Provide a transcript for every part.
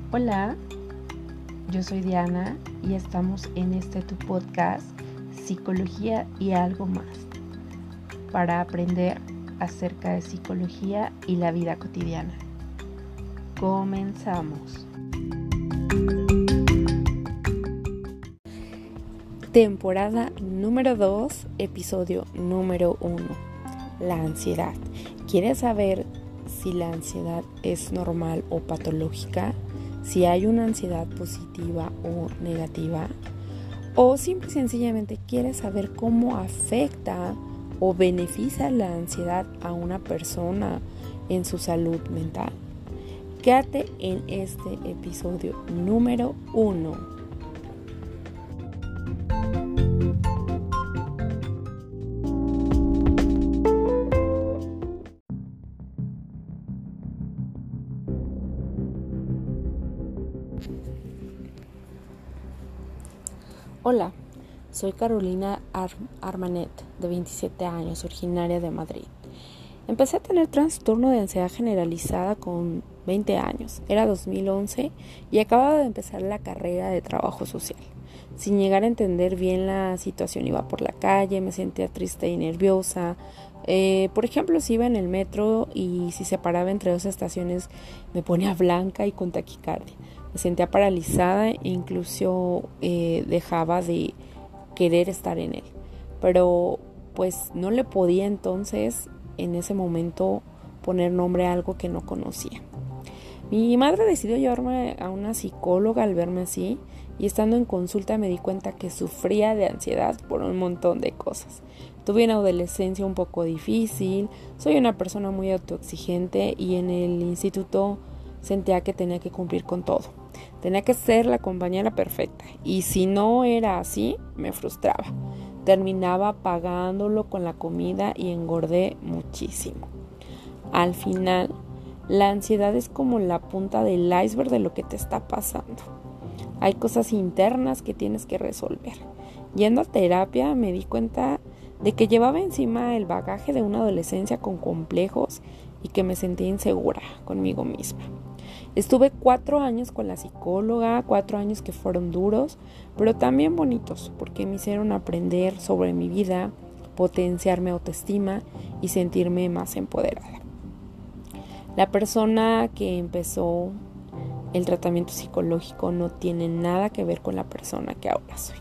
Hola, yo soy Diana y estamos en tu podcast Psicología y algo más para aprender acerca de psicología y la vida cotidiana. Comenzamos. Temporada número 2, episodio número 1. La ansiedad. ¿Quieres saber si la ansiedad es normal o patológica? Si hay una ansiedad positiva o negativa, o simple y sencillamente quieres saber cómo afecta o beneficia la ansiedad a una persona en su salud mental. Quédate en este episodio número 1. Hola, soy Carolina Armanet, de 27 años, originaria de Madrid. Empecé a tener trastorno de ansiedad generalizada con 20 años. Era 2011 y acababa de empezar la carrera de trabajo social. Sin llegar a entender bien la situación, iba por la calle, me sentía triste y nerviosa. Por ejemplo, si iba en el metro y si se paraba entre dos estaciones, me ponía blanca y con taquicardia. Me sentía paralizada e incluso dejaba de querer estar en él. Pero pues no le podía entonces en ese momento poner nombre a algo que no conocía. Mi madre decidió llevarme a una psicóloga al verme así, y estando en consulta me di cuenta que sufría de ansiedad por un montón de cosas. Tuve una adolescencia un poco difícil, soy una persona muy autoexigente y en el instituto sentía que tenía que cumplir con todo. Tenía que ser la compañera perfecta y si no era así, me frustraba. Terminaba pagándolo con la comida y engordé muchísimo. Al final, la ansiedad es como la punta del iceberg de lo que te está pasando. Hay cosas internas que tienes que resolver. Yendo a terapia me di cuenta de que llevaba encima el bagaje de una adolescencia con complejos y que me sentía insegura conmigo misma. Estuve 4 años con la psicóloga, 4 años que fueron duros, pero también bonitos, porque me hicieron aprender sobre mi vida, potenciar mi autoestima y sentirme más empoderada. La persona que empezó el tratamiento psicológico no tiene nada que ver con la persona que ahora soy.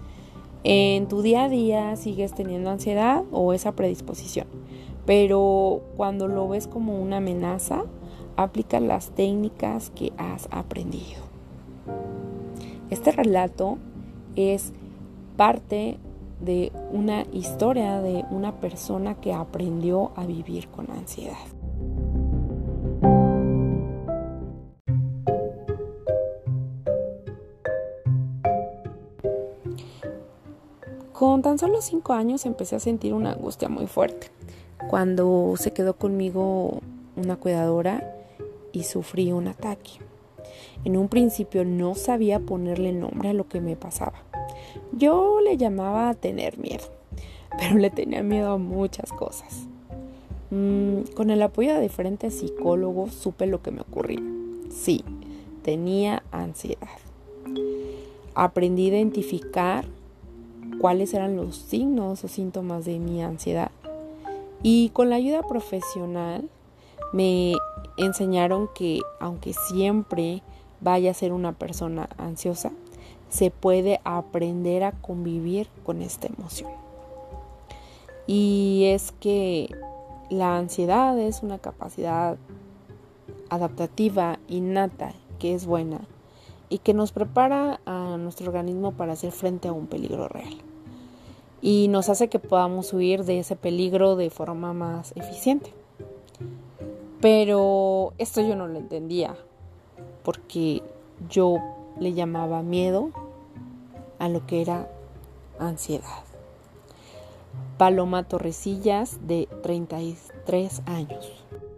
En tu día a día sigues teniendo ansiedad o esa predisposición, pero cuando lo ves como una amenaza, aplica las técnicas que has aprendido. Este relato es parte de una historia de una persona que aprendió a vivir con ansiedad. Con tan solo 5 años empecé a sentir una angustia muy fuerte. Cuando se quedó conmigo una cuidadora y sufrí un ataque. En un principio no sabía ponerle nombre a lo que me pasaba. Yo le llamaba tener miedo, pero le tenía miedo a muchas cosas. Con el apoyo de diferentes psicólogos supe lo que me ocurría. Sí, tenía ansiedad. Aprendí a identificar cuáles eran los signos o síntomas de mi ansiedad. Y con la ayuda profesional me enseñaron que aunque siempre vaya a ser una persona ansiosa, se puede aprender a convivir con esta emoción. Y es que la ansiedad es una capacidad adaptativa innata que es buena y que nos prepara a nuestro organismo para hacer frente a un peligro real. Y nos hace que podamos huir de ese peligro de forma más eficiente. Pero esto yo no lo entendía, porque yo le llamaba miedo a lo que era ansiedad. Paloma Torrecillas, de 33 años.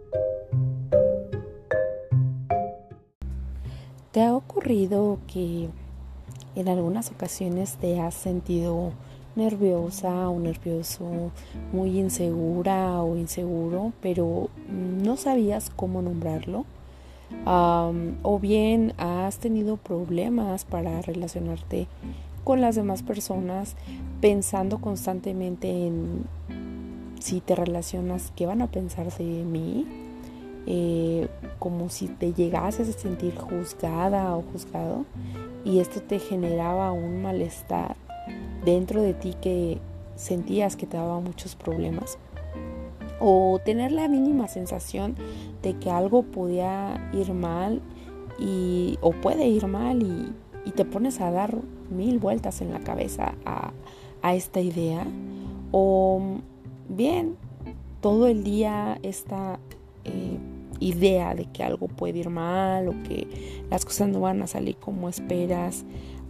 ¿Te ha ocurrido que en algunas ocasiones te has sentido nerviosa o nervioso, muy insegura o inseguro, pero no sabías cómo nombrarlo? o bien has tenido problemas para relacionarte con las demás personas, pensando constantemente en si te relacionas, qué van a pensar de mí, como si te llegases a sentir juzgada o juzgado, y esto te generaba un malestar dentro de ti que sentías que te daba muchos problemas, o tener la mínima sensación de que algo podía ir mal o puede ir mal, y te pones a dar 1000 vueltas en la cabeza a esta idea, o bien todo el día esta idea de que algo puede ir mal o que las cosas no van a salir como esperas,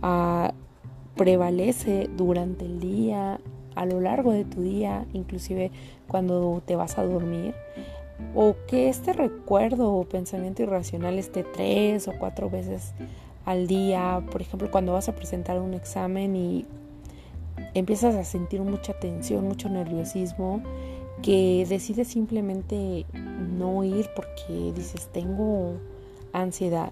prevalece durante el día, a lo largo de tu día, inclusive cuando te vas a dormir, o que este recuerdo o pensamiento irracional esté 3 o 4 veces al día. Por ejemplo, cuando vas a presentar un examen y empiezas a sentir mucha tensión, mucho nerviosismo, que decides simplemente no ir porque dices tengo ansiedad.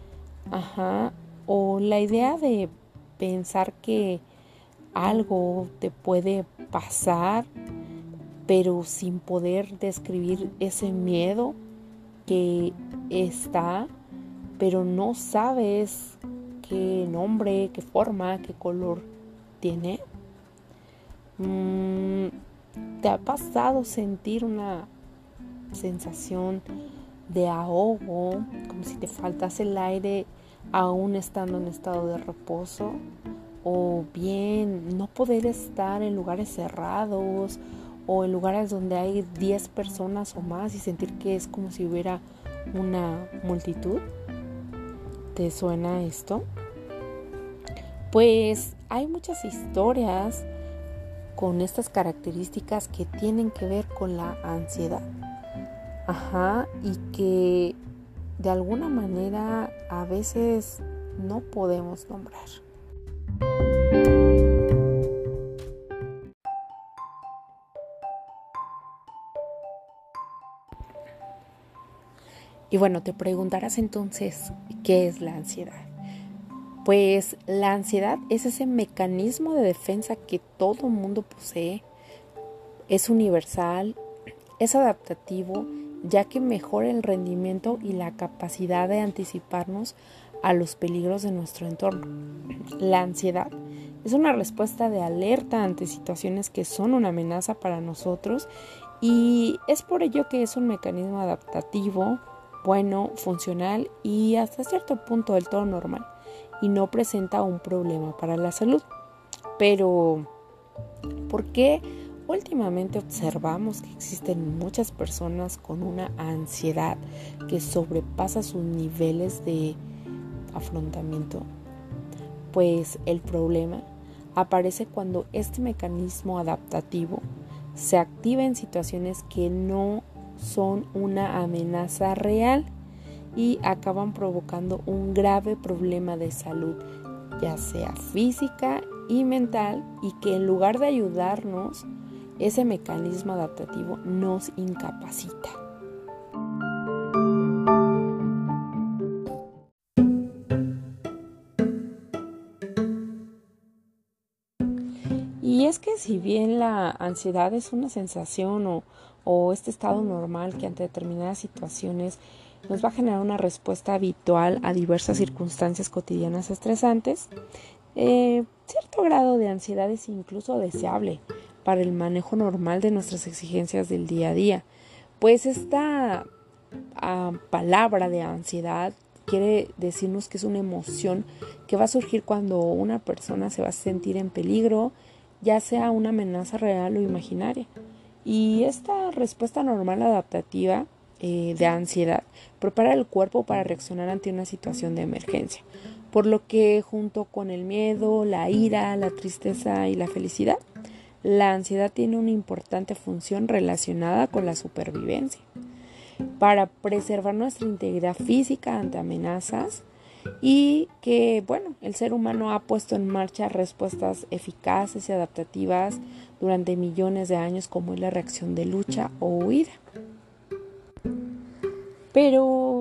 O la idea de pensar que algo te puede pasar, pero sin poder describir ese miedo que está, pero no sabes qué nombre, qué forma, qué color tiene. ¿Te ha pasado sentir una sensación de ahogo, como si te faltase el aire aún estando en estado de reposo? O bien no poder estar en lugares cerrados o en lugares donde hay 10 personas o más y sentir que es como si hubiera una multitud. ¿Te suena esto? Pues hay muchas historias con estas características que tienen que ver con la ansiedad. Y que de alguna manera a veces no podemos nombrar. Y bueno, te preguntarás entonces, ¿qué es la ansiedad? Pues la ansiedad es ese mecanismo de defensa que todo mundo posee, es universal, es adaptativo, ya que mejora el rendimiento y la capacidad de anticiparnos a los peligros de nuestro entorno. La ansiedad es una respuesta de alerta ante situaciones que son una amenaza para nosotros, y es por ello que es un mecanismo adaptativo, bueno, funcional y hasta cierto punto del todo normal, y no presenta un problema para la salud. Pero, ¿por qué últimamente observamos que existen muchas personas con una ansiedad que sobrepasa sus niveles de afrontamiento? Pues el problema aparece cuando este mecanismo adaptativo se activa en situaciones que no son una amenaza real y acaban provocando un grave problema de salud, ya sea física y mental, y que en lugar de ayudarnos, ese mecanismo adaptativo nos incapacita. Y es que si bien la ansiedad es una sensación o este estado normal que ante determinadas situaciones nos va a generar una respuesta habitual a diversas circunstancias cotidianas estresantes, cierto grado de ansiedad es incluso deseable para el manejo normal de nuestras exigencias del día a día. Pues esta palabra de ansiedad quiere decirnos que es una emoción que va a surgir cuando una persona se va a sentir en peligro, ya sea una amenaza real o imaginaria. Y esta respuesta normal adaptativa de ansiedad prepara el cuerpo para reaccionar ante una situación de emergencia, por lo que junto con el miedo, la ira, la tristeza y la felicidad, la ansiedad tiene una importante función relacionada con la supervivencia, para preservar nuestra integridad física ante amenazas, y que, bueno, el ser humano ha puesto en marcha respuestas eficaces y adaptativas durante millones de años, como es la reacción de lucha o huida. Pero,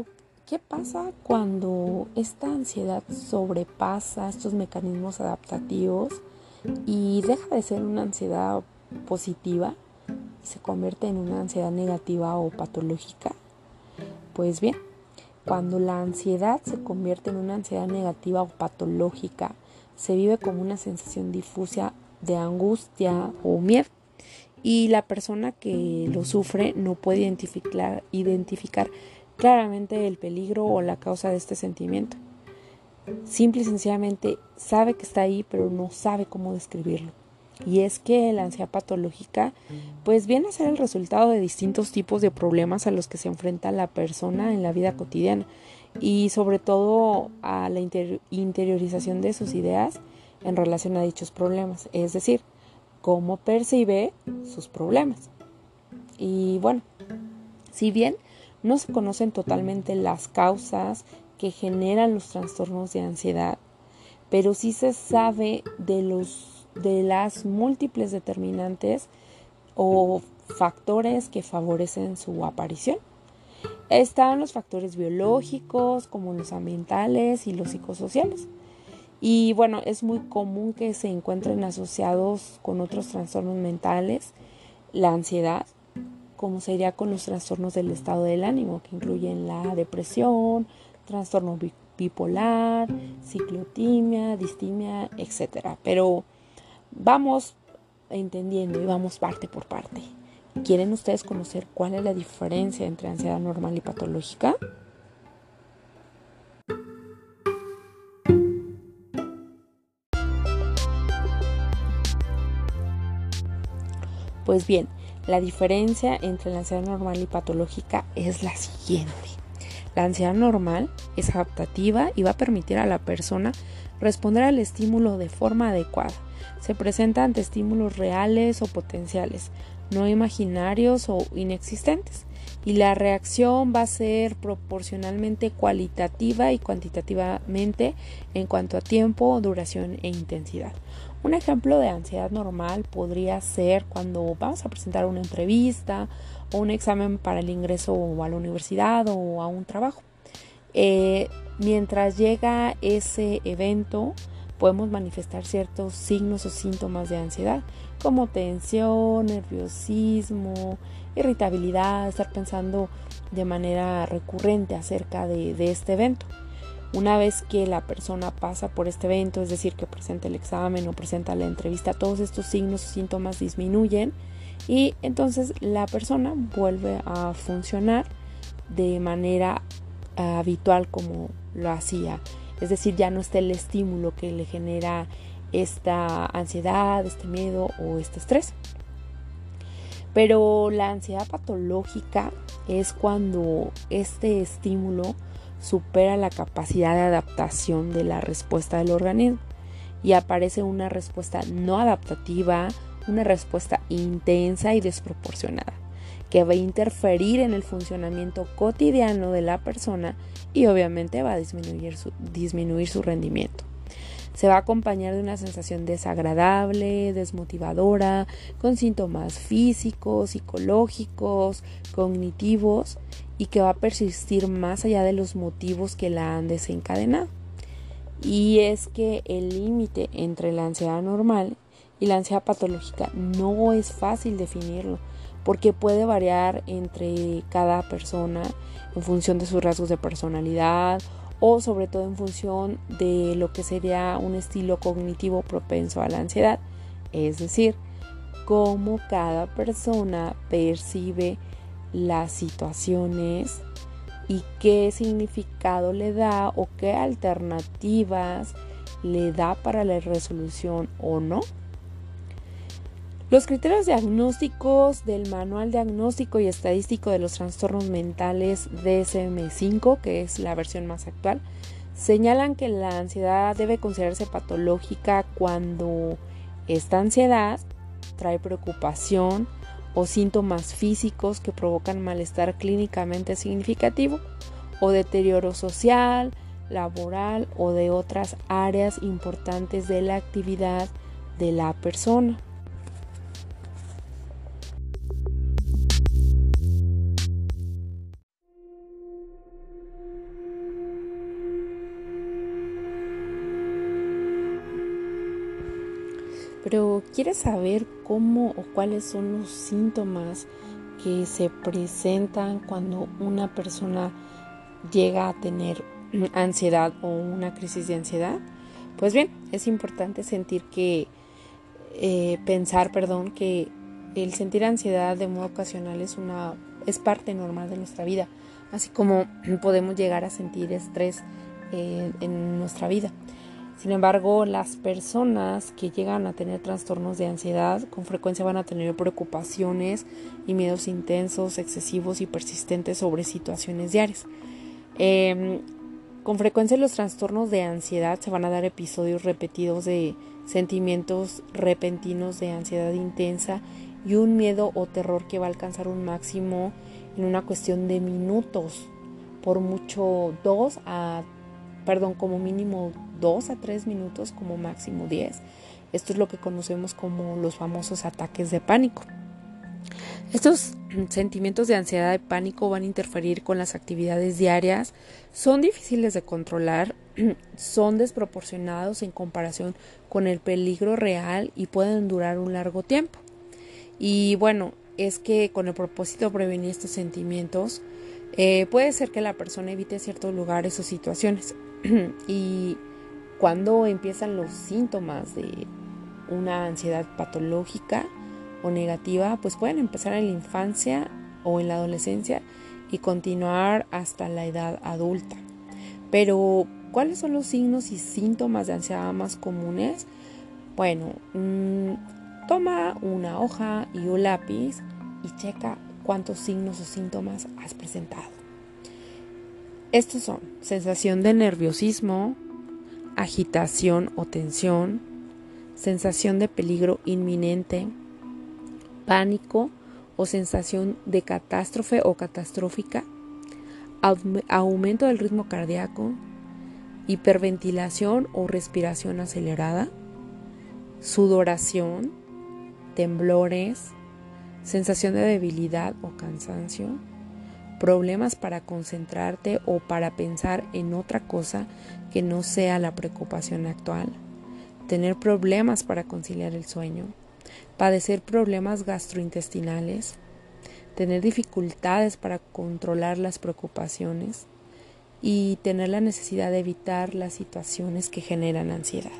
¿Qué pasa cuando esta ansiedad sobrepasa estos mecanismos adaptativos y deja de ser una ansiedad positiva y se convierte en una ansiedad negativa o patológica? Pues bien, cuando la ansiedad se convierte en una ansiedad negativa o patológica, se vive como una sensación difusa de angustia o miedo, y la persona que lo sufre no puede identificar claramente el peligro o la causa de este sentimiento. Simple y sencillamente sabe que está ahí, pero no sabe cómo describirlo. Y es que la ansiedad patológica pues viene a ser el resultado de distintos tipos de problemas a los que se enfrenta la persona en la vida cotidiana, y sobre todo a la interiorización de sus ideas en relación a dichos problemas, es decir, cómo percibe sus problemas. Y bueno, si bien no se conocen totalmente las causas que generan los trastornos de ansiedad, pero sí se sabe de las múltiples determinantes o factores que favorecen su aparición. Están los factores biológicos, como los ambientales y los psicosociales. Y bueno, es muy común que se encuentren asociados con otros trastornos mentales, la ansiedad, como sería con los trastornos del estado del ánimo, que incluyen la depresión, trastorno bipolar, ciclotimia, distimia, etc. Pero vamos entendiendo y vamos parte por parte. ¿Quieren ustedes conocer cuál es la diferencia entre ansiedad normal y patológica? Pues bien, la diferencia entre la ansiedad normal y patológica es la siguiente. La ansiedad normal es adaptativa y va a permitir a la persona responder al estímulo de forma adecuada. Se presenta ante estímulos reales o potenciales, no imaginarios o inexistentes. Y la reacción va a ser proporcionalmente cualitativa y cuantitativamente en cuanto a tiempo, duración e intensidad. Un ejemplo de ansiedad normal podría ser cuando vamos a presentar una entrevista o un examen para el ingreso a la universidad o a un trabajo. Mientras llega ese evento, podemos manifestar ciertos signos o síntomas de ansiedad, como tensión, nerviosismo, irritabilidad, estar pensando de manera recurrente acerca de este evento. Una vez que la persona pasa por este evento, es decir, que presenta el examen o presenta la entrevista, todos estos signos o síntomas disminuyen y entonces la persona vuelve a funcionar de manera habitual como lo hacía. Es decir, ya no está el estímulo que le genera esta ansiedad, este miedo o este estrés. Pero la ansiedad patológica es cuando este estímulo supera la capacidad de adaptación de la respuesta del organismo y aparece una respuesta no adaptativa, una respuesta intensa y desproporcionada, que va a interferir en el funcionamiento cotidiano de la persona y obviamente va a disminuir su rendimiento. Se va a acompañar de una sensación desagradable, desmotivadora, con síntomas físicos, psicológicos, cognitivos y que va a persistir más allá de los motivos que la han desencadenado. Y es que el límite entre la ansiedad normal y la ansiedad patológica no es fácil definirlo, porque puede variar entre cada persona en función de sus rasgos de personalidad o sobre todo en función de lo que sería un estilo cognitivo propenso a la ansiedad, es decir, cómo cada persona percibe las situaciones y qué significado le da o qué alternativas le da para la resolución o no. Los criterios diagnósticos del Manual Diagnóstico y Estadístico de los Trastornos Mentales DSM-5, que es la versión más actual, señalan que la ansiedad debe considerarse patológica cuando esta ansiedad trae preocupación o síntomas físicos que provocan malestar clínicamente significativo o deterioro social, laboral o de otras áreas importantes de la actividad de la persona. Pero ¿quieres saber cómo o cuáles son los síntomas que se presentan cuando una persona llega a tener ansiedad o una crisis de ansiedad? Pues bien, es importante pensar que el sentir ansiedad de modo ocasional es parte normal de nuestra vida, así como podemos llegar a sentir estrés en nuestra vida. Sin embargo, las personas que llegan a tener trastornos de ansiedad con frecuencia van a tener preocupaciones y miedos intensos, excesivos y persistentes sobre situaciones diarias. Con frecuencia los trastornos de ansiedad se van a dar episodios repetidos de sentimientos repentinos de ansiedad intensa y un miedo o terror que va a alcanzar un máximo en una cuestión de minutos, por mucho como mínimo 2 a 3 minutos, como máximo 10. Esto es lo que conocemos como los famosos ataques de pánico. Estos sentimientos de ansiedad y pánico van a interferir con las actividades diarias, son difíciles de controlar, son desproporcionados en comparación con el peligro real y pueden durar un largo tiempo. Y bueno, es que con el propósito de prevenir estos sentimientos, puede ser que la persona evite ciertos lugares o situaciones. Y cuando empiezan los síntomas de una ansiedad patológica o negativa, pues pueden empezar en la infancia o en la adolescencia y continuar hasta la edad adulta. Pero, ¿cuáles son los signos y síntomas de ansiedad más comunes? Bueno, toma una hoja y un lápiz y checa cuántos signos o síntomas has presentado. Estos son sensación de nerviosismo, agitación o tensión, sensación de peligro inminente, pánico o sensación de catástrofe o catastrófica, aumento del ritmo cardíaco, hiperventilación o respiración acelerada, sudoración, temblores, sensación de debilidad o cansancio, problemas para concentrarte o para pensar en otra cosa que no sea la preocupación actual, tener problemas para conciliar el sueño, padecer problemas gastrointestinales, tener dificultades para controlar las preocupaciones y tener la necesidad de evitar las situaciones que generan ansiedad.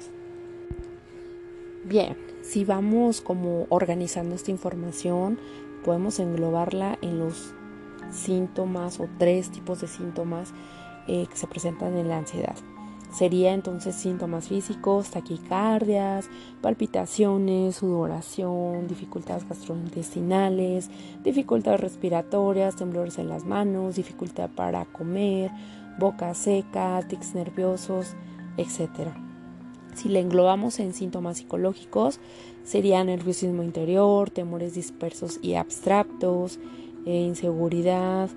Bien, si vamos como organizando esta información, podemos englobarla en los síntomas o 3 tipos de síntomas que se presentan en la ansiedad. Sería entonces síntomas físicos, taquicardias, palpitaciones, sudoración, dificultades gastrointestinales, dificultades respiratorias, temblores en las manos, dificultad para comer, boca seca, tics nerviosos, etc. Si le englobamos en síntomas psicológicos, sería nerviosismo interior, temores dispersos y abstractos, inseguridad,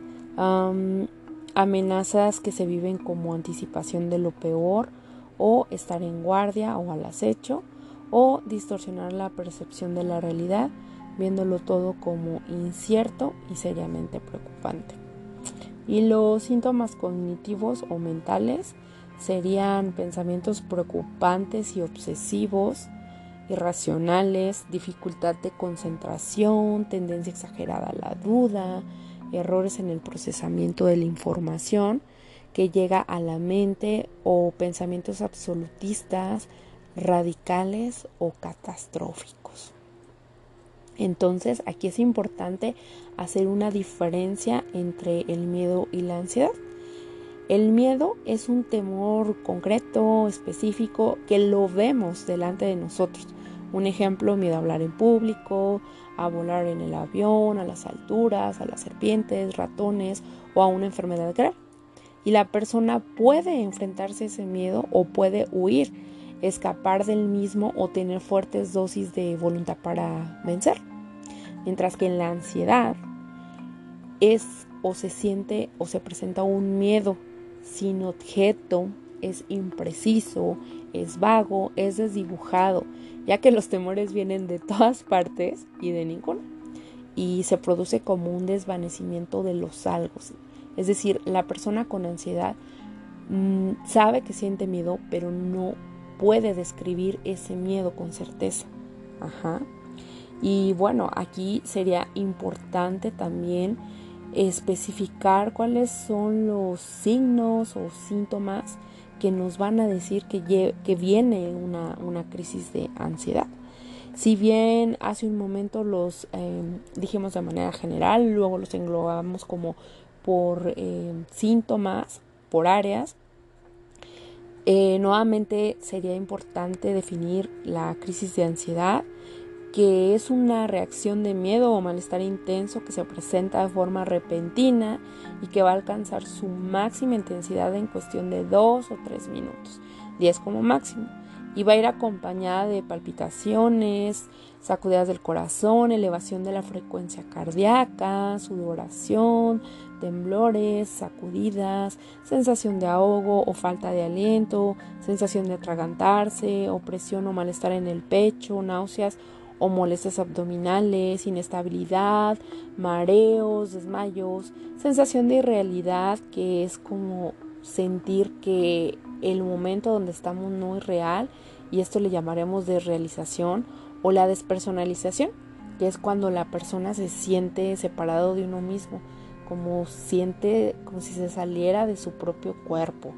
amenazas que se viven como anticipación de lo peor, o estar en guardia o al acecho, o distorsionar la percepción de la realidad, viéndolo todo como incierto y seriamente preocupante. Y los síntomas cognitivos o mentales serían pensamientos preocupantes y obsesivos, irracionales, dificultad de concentración, tendencia exagerada a la duda, errores en el procesamiento de la información que llega a la mente o pensamientos absolutistas, radicales o catastróficos. Entonces, aquí es importante hacer una diferencia entre el miedo y la ansiedad. El miedo es un temor concreto, específico, que lo vemos delante de nosotros. Un ejemplo, miedo a hablar en público, a volar en el avión, a las alturas, a las serpientes, ratones o a una enfermedad grave. Y la persona puede enfrentarse a ese miedo o puede huir, escapar del mismo o tener fuertes dosis de voluntad para vencer. Mientras que en la ansiedad es o se siente o se presenta un miedo sin objeto, es impreciso, es vago, es desdibujado, ya que los temores vienen de todas partes y de ninguno. Y se produce como un desvanecimiento de los algo. Es decir, la persona con ansiedad sabe que siente miedo, pero no puede describir ese miedo con certeza. Ajá. Y bueno, aquí sería importante también especificar cuáles son los signos o síntomas que nos van a decir que viene una crisis de ansiedad. Si bien hace un momento los dijimos de manera general, luego los englobamos como por síntomas, por áreas, nuevamente sería importante definir la crisis de ansiedad, que es una reacción de miedo o malestar intenso que se presenta de forma repentina y que va a alcanzar su máxima intensidad en cuestión de 2 o 3 minutos, 10 como máximo, y va a ir acompañada de palpitaciones, sacudidas del corazón, elevación de la frecuencia cardíaca, sudoración, temblores, sacudidas, sensación de ahogo o falta de aliento, sensación de atragantarse, opresión o malestar en el pecho, náuseas o molestias abdominales, inestabilidad, mareos, desmayos, sensación de irrealidad, que es como sentir que el momento donde estamos no es real, y esto le llamaremos desrealización, o la despersonalización, que es cuando la persona se siente separado de uno mismo, como siente como si se saliera de su propio cuerpo.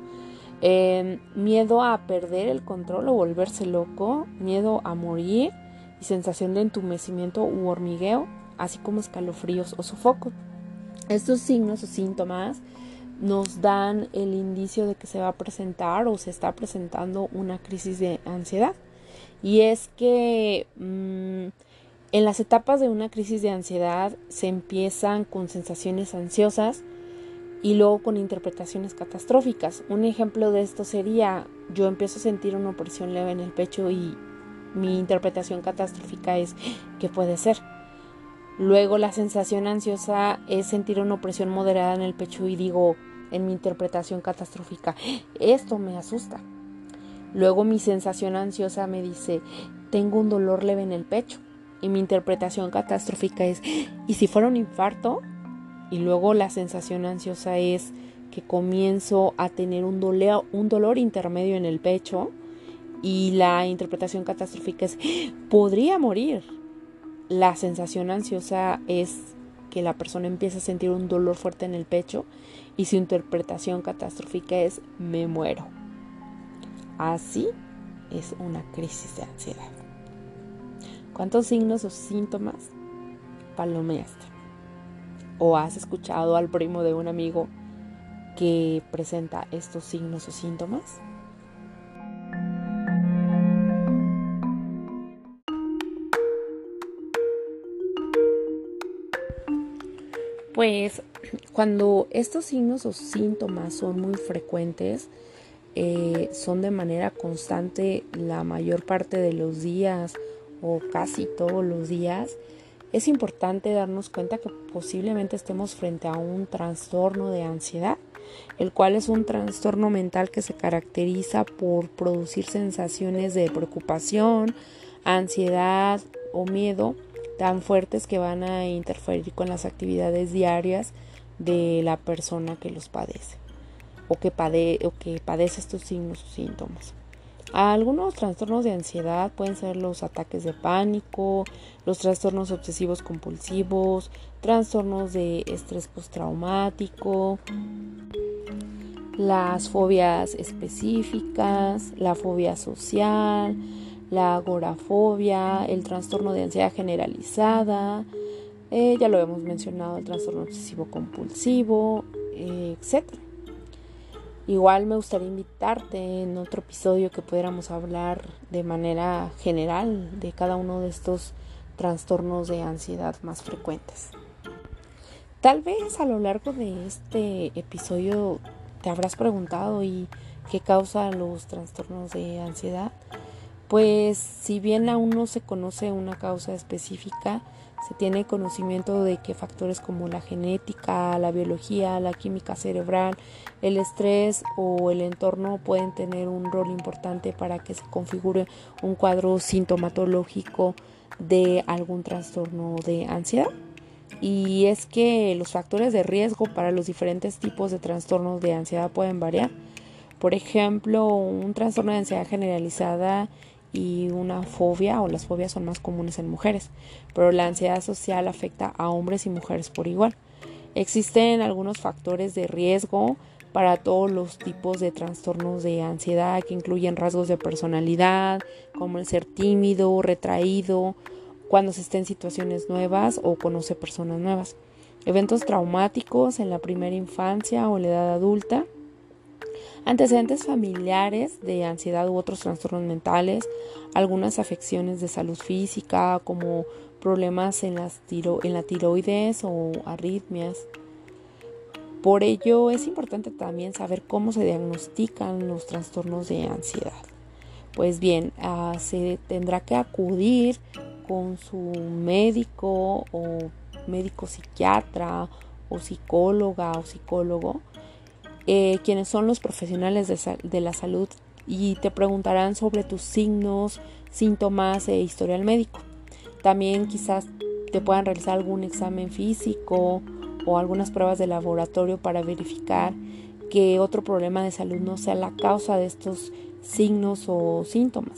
Miedo a perder el control o volverse loco, miedo a morir y sensación de entumecimiento u hormigueo, así como escalofríos o sofoco. Estos signos o síntomas nos dan el indicio de que se va a presentar o se está presentando una crisis de ansiedad. Y es que en las etapas de una crisis de ansiedad se empiezan con sensaciones ansiosas y luego con interpretaciones catastróficas. Un ejemplo de esto sería: yo empiezo a sentir una opresión leve en el pecho y mi interpretación catastrófica es ¿qué puede ser? Luego la sensación ansiosa es sentir una opresión moderada en el pecho y digo en mi interpretación catastrófica, esto me asusta. Luego mi sensación ansiosa me dice, tengo un dolor leve en el pecho, y mi interpretación catastrófica es, ¿y si fuera un infarto? Y luego la sensación ansiosa es que comienzo a tener un dolor intermedio en el pecho, y la interpretación catastrófica es, podría morir. La sensación ansiosa es que la persona empieza a sentir un dolor fuerte en el pecho, y su interpretación catastrófica es, me muero. Así es una crisis de ansiedad. ¿Cuántos signos o síntomas palomeaste? ¿O has escuchado al primo de un amigo que presenta estos signos o síntomas? Pues cuando estos signos o síntomas son muy frecuentes, son de manera constante la mayor parte de los días o casi todos los días, es importante darnos cuenta que posiblemente estemos frente a un trastorno de ansiedad, el cual es un trastorno mental que se caracteriza por producir sensaciones de preocupación, ansiedad o miedo tan fuertes que van a interferir con las actividades diarias de la persona que los padece o que padece estos signos o síntomas. Algunos trastornos de ansiedad pueden ser los ataques de pánico, los trastornos obsesivos compulsivos, trastornos de estrés postraumático, las fobias específicas, la fobia social, la agorafobia, el trastorno de ansiedad generalizada, ya lo hemos mencionado, el trastorno obsesivo compulsivo, etc. Igual me gustaría invitarte en otro episodio que pudiéramos hablar de manera general de cada uno de estos trastornos de ansiedad más frecuentes. Tal vez a lo largo de este episodio te habrás preguntado ¿y qué causa los trastornos de ansiedad? Pues si bien aún no se conoce una causa específica, se tiene conocimiento de que factores como la genética, la biología, la química cerebral, el estrés o el entorno pueden tener un rol importante para que se configure un cuadro sintomatológico de algún trastorno de ansiedad. Y es que los factores de riesgo para los diferentes tipos de trastornos de ansiedad pueden variar. Por ejemplo, un trastorno de ansiedad generalizada y una fobia, o las fobias son más comunes en mujeres, pero la ansiedad social afecta a hombres y mujeres por igual. Existen algunos factores de riesgo para todos los tipos de trastornos de ansiedad, que incluyen rasgos de personalidad, como el ser tímido, retraído, cuando se está en situaciones nuevas o conoce personas nuevas. Eventos traumáticos en la primera infancia o en la edad adulta. Antecedentes familiares de ansiedad u otros trastornos mentales. Algunas afecciones de salud física, como problemas en la tiroides o arritmias. Por ello es importante también saber cómo se diagnostican los trastornos de ansiedad. Pues bien, se tendrá que acudir con su médico o médico psiquiatra o psicóloga o psicólogo, quienes son los profesionales de la salud, y te preguntarán sobre tus signos, síntomas e historial médico. También quizás te puedan realizar algún examen físico o algunas pruebas de laboratorio para verificar que otro problema de salud no sea la causa de estos signos o síntomas.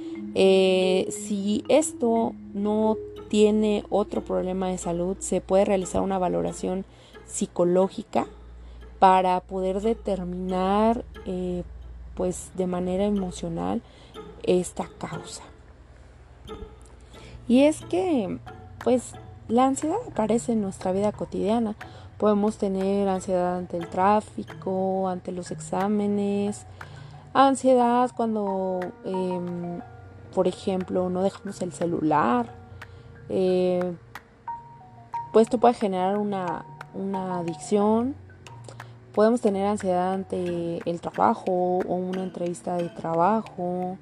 Si esto no tiene otro problema de salud, se puede realizar una valoración psicológica para poder determinar pues de manera emocional esta causa. Y es que pues la ansiedad aparece en nuestra vida cotidiana. Podemos tener ansiedad ante el tráfico, ante los exámenes, ansiedad cuando por ejemplo no dejamos el celular. Pues esto puede generar una adicción. Podemos tener ansiedad ante el trabajo o una entrevista de trabajo.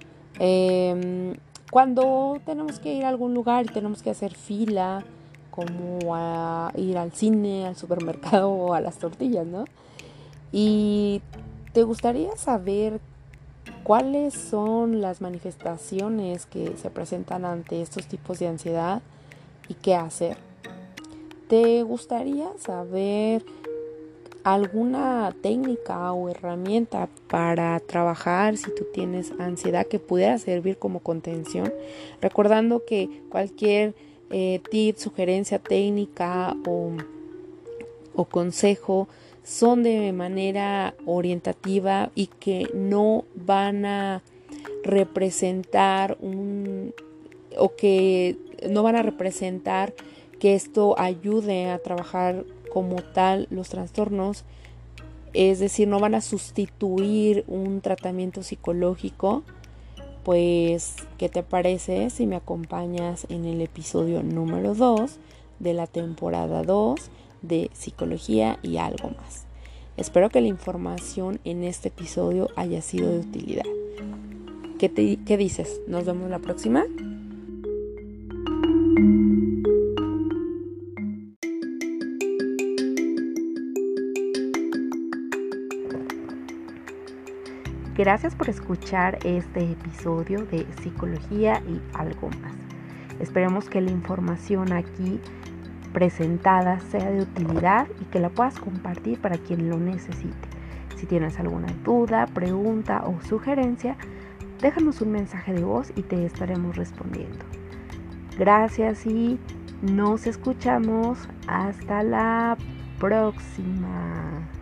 Cuando tenemos que ir a algún lugar y tenemos que hacer fila, como a ir al cine, al supermercado o a las tortillas, ¿no? Y te gustaría saber cuáles son las manifestaciones que se presentan ante estos tipos de ansiedad y qué hacer. ¿Te gustaría saber alguna técnica o herramienta para trabajar si tú tienes ansiedad que pudiera servir como contención? Recordando que cualquier tip, sugerencia técnica o consejo son de manera orientativa y que no van a representar que esto ayude a trabajar como tal los trastornos, es decir, no van a sustituir un tratamiento psicológico. Pues, ¿qué te parece si me acompañas en el episodio número 2 de la temporada 2 de Psicología y algo más? Espero que la información en este episodio haya sido de utilidad. ¿Qué dices? ¿Nos vemos la próxima? Gracias por escuchar este episodio de Psicología y algo más. Esperemos que la información aquí presentada sea de utilidad y que la puedas compartir para quien lo necesite. Si tienes alguna duda, pregunta o sugerencia, déjanos un mensaje de voz y te estaremos respondiendo. Gracias y nos escuchamos hasta la próxima.